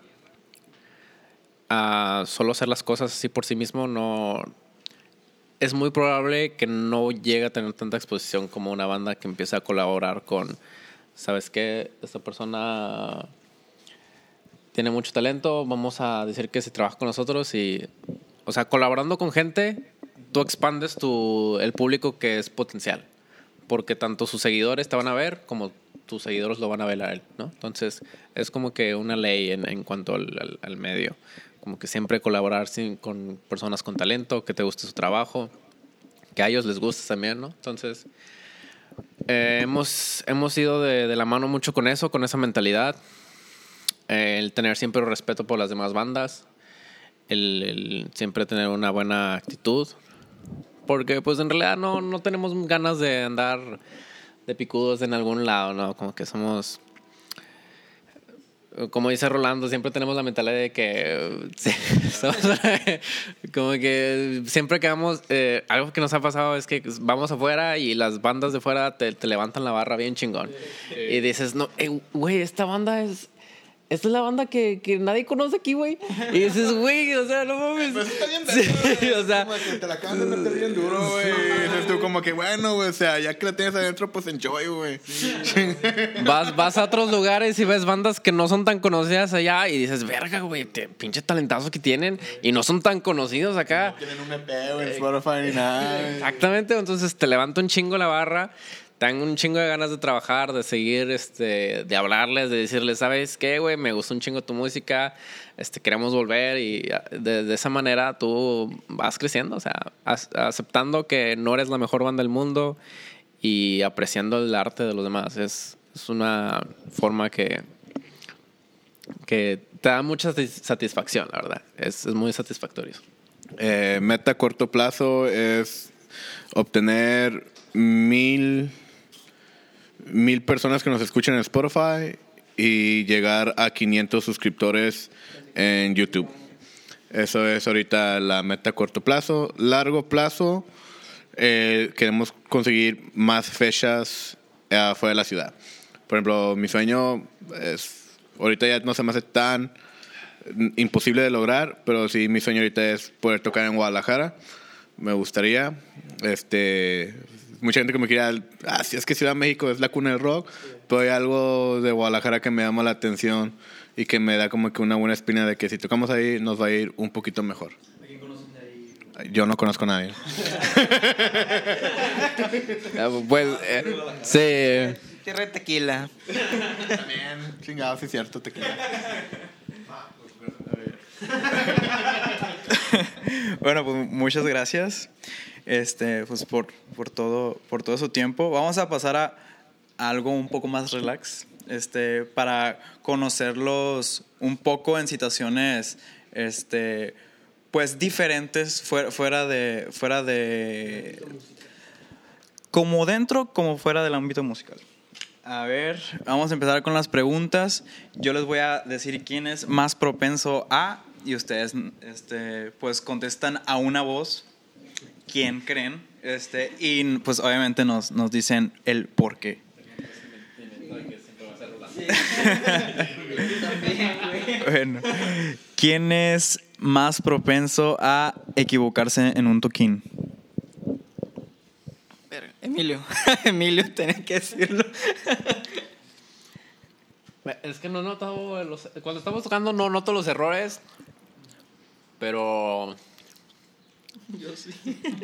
a solo hacer las cosas así por sí mismo, no es muy probable que no llegue a tener tanta exposición como una banda que empieza a colaborar con, ¿sabes qué? Esta persona tiene mucho talento, vamos a decir que se trabaja con nosotros y o sea, colaborando con gente, tú expandes tu, el público que es potencial. Porque tanto sus seguidores te van a ver como tus seguidores lo van a ver a él, ¿no? Entonces, es como que una ley en, en cuanto al, al, al medio. Como que siempre colaborar sin, con personas con talento, que te guste su trabajo, que a ellos les guste también, ¿no? Entonces, eh, hemos, hemos ido de, de la mano mucho con eso, con esa mentalidad. Eh, el tener siempre respeto por las demás bandas. El, el siempre tener una buena actitud. Porque, pues, en realidad no, no tenemos ganas de andar de picudos en algún lado, ¿no? Como que somos... Como dice Rolando, siempre tenemos la mentalidad de que... Sí, somos, como que siempre que vamos... Eh, algo que nos ha pasado es que vamos afuera y las bandas de fuera te, te levantan la barra bien chingón. Y dices, no, güey, eh, esta banda es... Esta es la banda que, que nadie conoce aquí, güey. Y dices, güey, o sea, no mames. Pues está bien, sí, güey. O sea, como que te la acaban de meter bien duro, güey. Y dices tú, como que bueno, güey. O sea, ya que la tienes adentro, pues enjoy, güey. Sí. vas, vas a otros lugares y ves bandas que no son tan conocidas allá y dices, verga, güey, pinche talentazo que tienen y no son tan conocidos acá. No tienen un E P, güey, en Spotify ni nada. Exactamente, entonces te levanta un chingo la barra. Tengo un chingo de ganas de trabajar, de seguir, este, de hablarles, de decirles, ¿sabes qué, güey? Me gustó un chingo tu música, este, queremos volver y de, de esa manera tú vas creciendo, o sea, as, aceptando que no eres la mejor banda del mundo y apreciando el arte de los demás. Es, es una forma que, que te da mucha satisfacción, la verdad. Es, es muy satisfactorio. Eh, meta a corto plazo es obtener mil... mil personas que nos escuchan en Spotify y llegar a quinientos suscriptores en YouTube. Eso es ahorita la meta a corto plazo. Largo plazo, eh, queremos conseguir más fechas afuera de la ciudad. Por ejemplo, mi sueño es, ahorita ya no se me hace tan imposible de lograr, pero sí, mi sueño ahorita es poder tocar en Guadalajara. Me gustaría, este... Mucha gente que me quiera, ah, si es que Ciudad de México es la cuna del rock, pero hay algo de Guadalajara que me llama la atención y que me da como que una buena espina de que si tocamos ahí nos va a ir un poquito mejor. ¿A quién conocen de ahí? Yo no conozco a nadie. Pues, eh, sí. Tierra de tequila. También, chingado, sí es cierto, tequila. Bueno, pues muchas gracias. Este, pues por, por todo, por todo su tiempo. Vamos a pasar a, a algo un poco más relax, este, para conocerlos un poco en situaciones, este, pues diferentes, fuera, fuera de, fuera de, como dentro, como fuera del ámbito musical. A ver, vamos a empezar con las preguntas. Yo les voy a decir quién es más propenso a, y ustedes, este, pues contestan a una voz. ¿Quién creen? Este, y pues obviamente nos, nos dicen el por qué. Bueno, ¿quién es más propenso a equivocarse en un toquín? Emilio. Emilio, tenía que decirlo. Es que no noto los, cuando estamos tocando no noto los errores, pero Yo sí.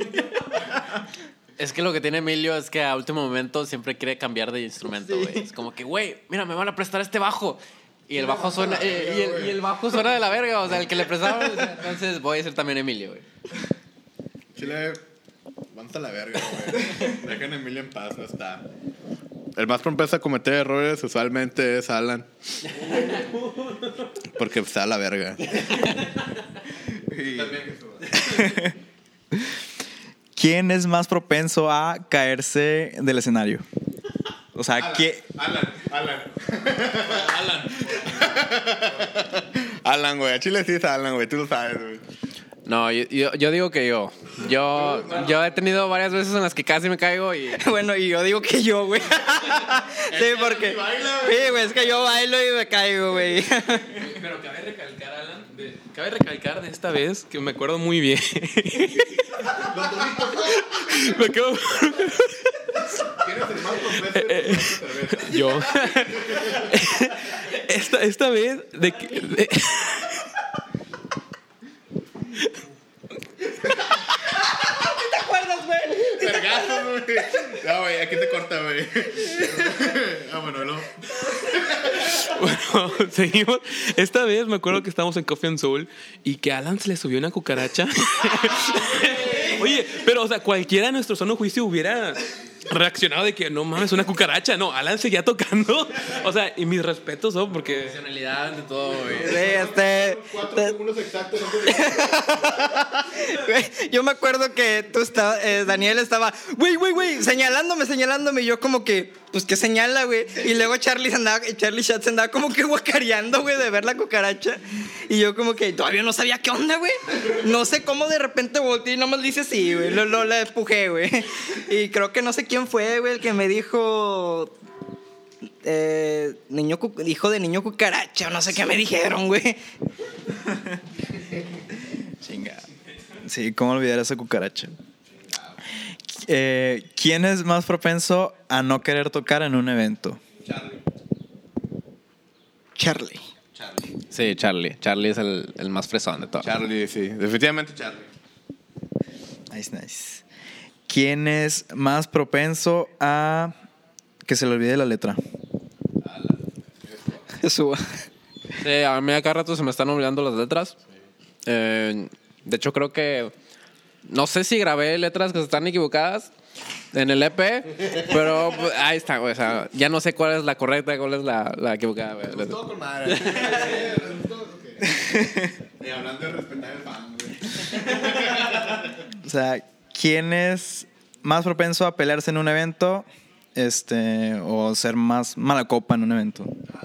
es que lo que tiene Emilio es que a último momento siempre quiere cambiar de instrumento, güey. Sí. Es como que, güey, mira, me van a prestar este bajo. Y el bajo suena, eh, y, el, y el bajo suena de la verga, o sea, el que le prestaba. O sea, entonces voy a ser también Emilio, güey. Chile, vamos a la verga, güey. Dejen a Emilio en paz, no está. El más propenso a cometer errores usualmente es Alan. Porque está a la verga. Y... ¿Quién es más propenso a caerse del escenario? O sea, Alan, ¿qué? Alan, Alan. Alan. Alan, güey. A Chile sí es Alan, güey. Tú lo sabes, güey. No, yo, yo, yo digo que yo. Yo, yo he tenido varias veces en las que casi me caigo y... Bueno, y yo digo que yo, güey. Sí, porque... Sí, güey, es que yo bailo y me caigo, güey. Pero cabe recalcar, Alan, de, cabe recalcar de esta vez que me acuerdo muy bien. Me acuerdo... ¿Quién es el más propenso de cerveza? Yo. Esta, esta vez de que... de- vergazos, güey. No, güey, aquí te corta, güey. Ah, bueno, no. Bueno, seguimos. Esta vez me acuerdo que estábamos en Coffee and Soul y que a Alan se le subió una cucaracha. Oye, pero, o sea, cualquiera de nuestro sano juicio hubiera reaccionado de que no mames, una cucaracha. No, Alan seguía tocando. O sea, y mis respetos, ¿no? Porque. Profesionalidad de todo, güey. Sí, este. Cuatro segundos exactos. Güey, yo me acuerdo que tú estabas, eh, Daniel estaba, güey, güey, güey, señalándome, señalándome. Y yo, como que, pues, ¿qué señala, güey? Y luego Charlie, andaba, Charlie Schatz andaba como que guacareando, güey, de ver la cucaracha. Y yo, como que todavía no sabía qué onda, güey. No sé cómo de repente volteé y nomás le hice sí, güey. Lo, lo la empujé, güey. Y creo que no sé quién fue, güey, el que me dijo. Eh, niño, hijo de niño cucaracha, no sé qué me dijeron, güey. Chinga. Sí, ¿cómo olvidar esa cucaracha? Eh, ¿Quién es más propenso a no querer tocar en un evento? Charlie. Sí, Charlie. Charlie es el, el más fresón de todos. Charlie, sí. Definitivamente Charlie. Nice, nice. ¿Quién es más propenso a que se le olvide la letra? Suba. Sí, a mí acá rato se me están olvidando las letras. Eh, de hecho, creo que... No sé si grabé letras que están equivocadas en el E P, pero pues, ahí está, güey. O sea, ya no sé cuál es la correcta, cuál es la, la equivocada, güey. Todo con madre. Y hablando de respetar el fan, güey. O sea, ¿quién es más propenso a pelearse en un evento este, o ser más mala copa en un evento?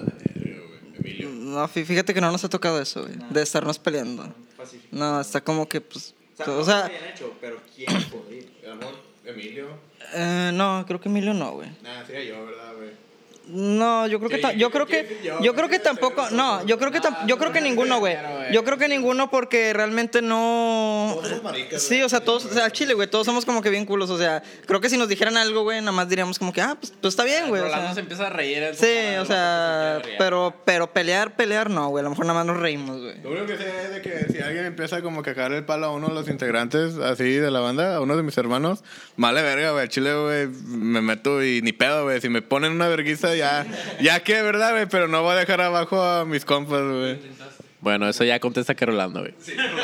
No, fí- fíjate que no nos ha tocado eso, güey. De estarnos peleando. No, está como que, pues. O sea, pero ¿quién podría? El amor, Emilio. eh, no, creo que Emilio no, güey. Nada, sería yo, ¿verdad, güey? No, yo creo que ta- yo creo que yo creo que tampoco, no, yo creo que tam- yo creo que ninguno, güey. Yo creo que ninguno porque realmente no. Todos somos maricas, Sí, o sea, todos, o sea, al chile, güey, todos somos como que bien culos, o sea, creo que si nos dijeran algo, güey, nada más diríamos como que, ah, pues, pues está bien, güey. O Rolando sea, se empieza a reír. en su sí, cara, o sea, se quiere reír. pero pero pelear, pelear no, güey, a lo mejor nada más nos reímos, güey. Lo único que sé es de que si alguien empieza como que a cagar el palo a uno de los integrantes así de la banda, a uno de mis hermanos, vale verga, güey, al chile, güey, me meto y ni pedo, güey. Si me ponen una verguiza, ya, ya que, ¿verdad, güey? Pero no voy a dejar abajo a mis compas, güey. Bueno, eso ya contesta que Rolando, güey.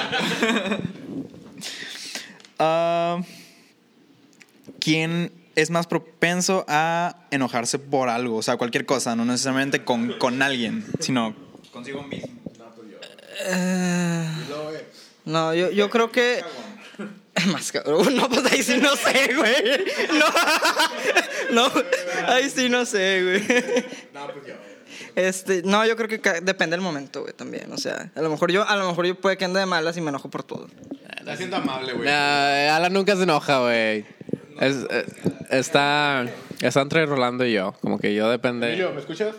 Ah, ¿quién es más propenso a enojarse por algo? O sea, cualquier cosa, no necesariamente con, con alguien, sino consigo mismo. Eh, no, yo, yo creo que. Más cabrón. No, pues ahí sí no sé, güey. No, no, ahí sí no sé, güey. No, pues yo. Este, no, yo creo que ca- depende del momento, güey, también. O sea, a lo mejor yo, a lo mejor yo puede que ande de malas y me enojo por todo. Está siendo amable, güey. Nah, Alan nunca se enoja, güey. Es, eh, está, está entre Rolando y yo. Como que yo depende. Emilio, ¿me escuchas?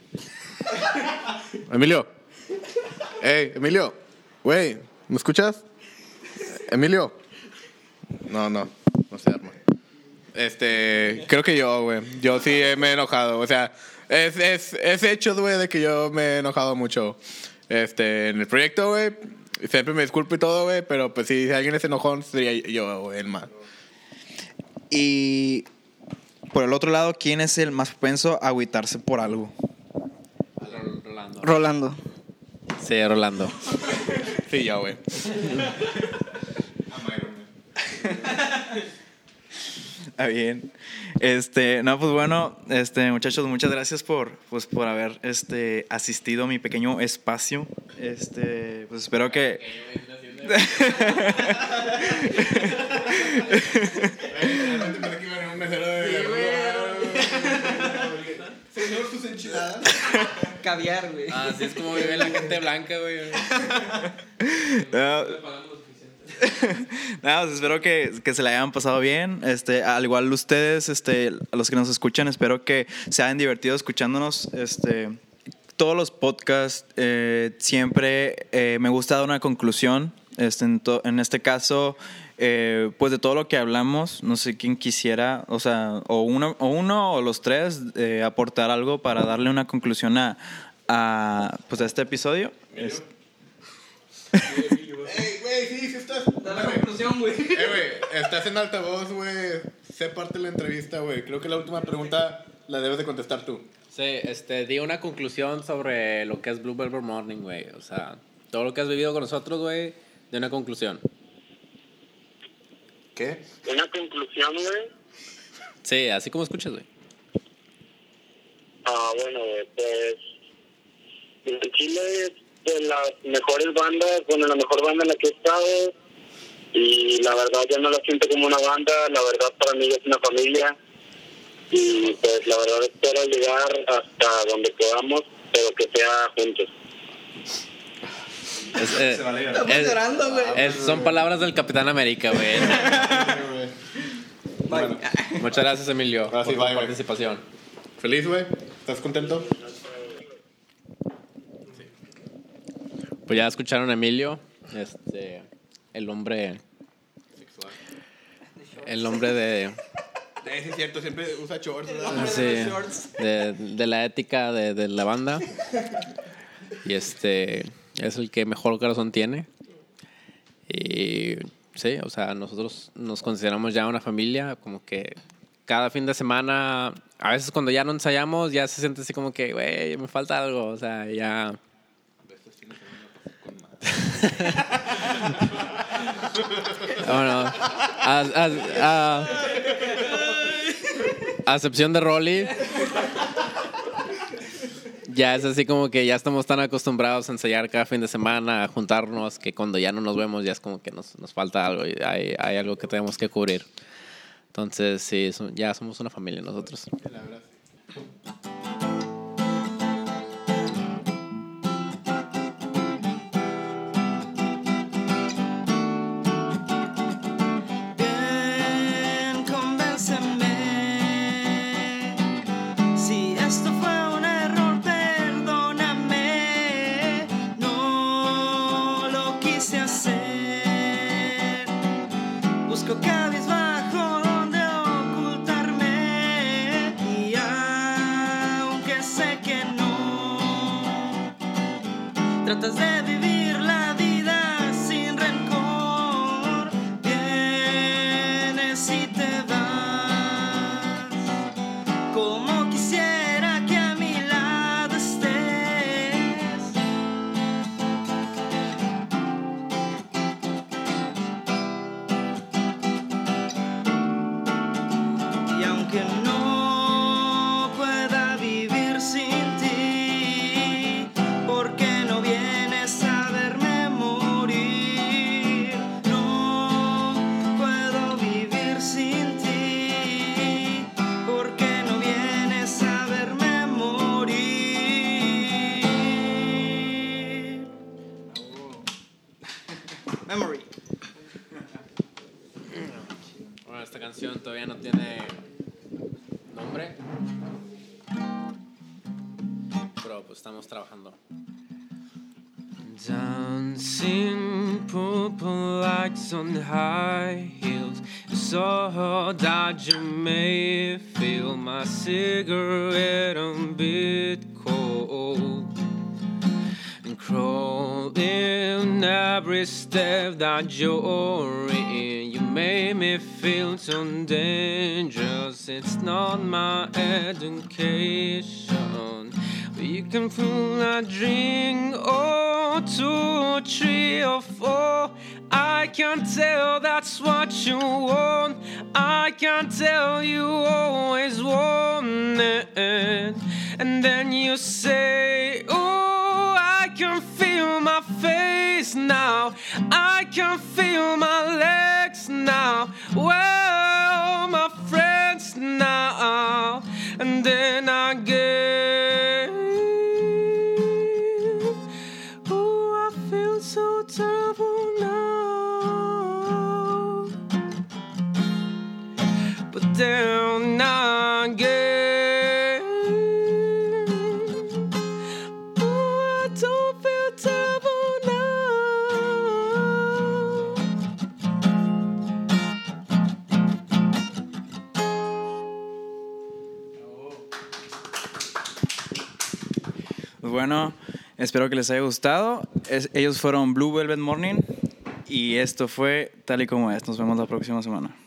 Emilio. Ey, Emilio. Güey, ¿me escuchas? Emilio. No, no, no se arma. Este, creo que yo, güey. Yo sí me he enojado. O sea, es, es, es hecho, güey, de que yo me he enojado mucho. Este, en el proyecto, güey. Siempre me disculpo y todo, güey. Pero pues si alguien es enojón, sería yo, güey, el más. Y por el otro lado, ¿quién es el más propenso a agüitarse por algo? Rolando. Rolando. Sí, Rolando. Sí, yo, güey. Ah, bien. Este, no, pues bueno, este, muchachos, muchas gracias por, pues, por haber este, asistido a mi pequeño espacio. Este, pues espero que. Señor, tus enchiladas. Caviar, güey. Así es como vive la gente blanca, güey. No, no, pues espero que, que se la hayan pasado bien. Este, al igual ustedes, este, a los que nos escuchan, espero que se hayan divertido escuchándonos. Este, todos los podcasts eh, siempre eh, me gusta dar una conclusión. Este, en, to, en este caso, eh, pues de todo lo que hablamos, no sé quién quisiera, o sea, o uno o, uno, o los tres eh, aportar algo para darle una conclusión a, a, pues a este episodio. Es... Ey, güey, Ey, sí, sí estás. Da la conclusión, güey. Eh, güey, estás en altavoz, güey. Sé parte de la entrevista, güey. Creo que la última pregunta la debes de contestar tú. Sí, este, di una conclusión sobre lo que es Blue Velvet Morning, güey. O sea, todo lo que has vivido con nosotros, güey, de una conclusión. ¿Qué? Una conclusión, güey. Sí, así como escuchas, güey. Ah, bueno, güey, pues. En Chile es de las mejores bandas, bueno, la mejor banda en la que he estado. Y la verdad, ya no la siento como una banda, la verdad, para mí es una familia. Y pues, la verdad, espero llegar hasta donde podamos, pero que sea juntos. Es, eh, Estamos es- llorando, güey. es- son palabras del Capitán América, güey. Bye. Muchas gracias, Emilio, Ahora sí, por tu bye, güey. participación. ¿Feliz, güey? ¿Estás contento? Pues ya escucharon a Emilio, este, el hombre, el hombre de, Eh, sí, es cierto, siempre usa shorts, ¿verdad? sí, de, de la ética de, de la banda. Y este es el que mejor corazón tiene. Y sí, o sea, nosotros nos consideramos ya una familia, como que cada fin de semana, a veces cuando ya no ensayamos, ya se siente así como que, güey, me falta algo, o sea, ya... Bueno, a, a, a, a excepción de Rolly, ya es así como que ya estamos tan acostumbrados a ensayar cada fin de semana, a juntarnos, que cuando ya no nos vemos ya es como que nos, nos falta algo y hay, hay algo que tenemos que cubrir. Entonces, sí, so- ya somos una familia nosotros. Ven, convénceme. Si esto fue un error, perdóname. No lo quise hacer. Busco cabizbajo donde ocultarme. Y aunque sé que no, tratas de vivir la vida sin rencor. Vienes y te vas. Como quisiera que a mi lado estés. Y aunque no pueda vivir sin ti, ¿por qué no vienes a verme morir? No puedo vivir sin ti, ¿por qué no vienes a verme morir? Memory. Bueno, esta canción todavía no tiene nombre, pero pues estamos trabajando. Dancing purple lights on high heels, so that you may feel my cigarette a bit cold. And crawling every step that you're in, you made me feel so dangerous. It's not my education. We can pull a drink or two or three or four. I can tell that's what you want. I can tell you always want it. And then you say, oh, I can feel my face now. I can feel my legs now. Well, my friends now. And then I get, oh, I feel so terrible now. But then I get, oh, I don't feel terrible now. Pues bueno, espero que les haya gustado. Es- ellos fueron Blue Velvet Morning. Y esto fue Tal y Como Es. Nos vemos la próxima semana.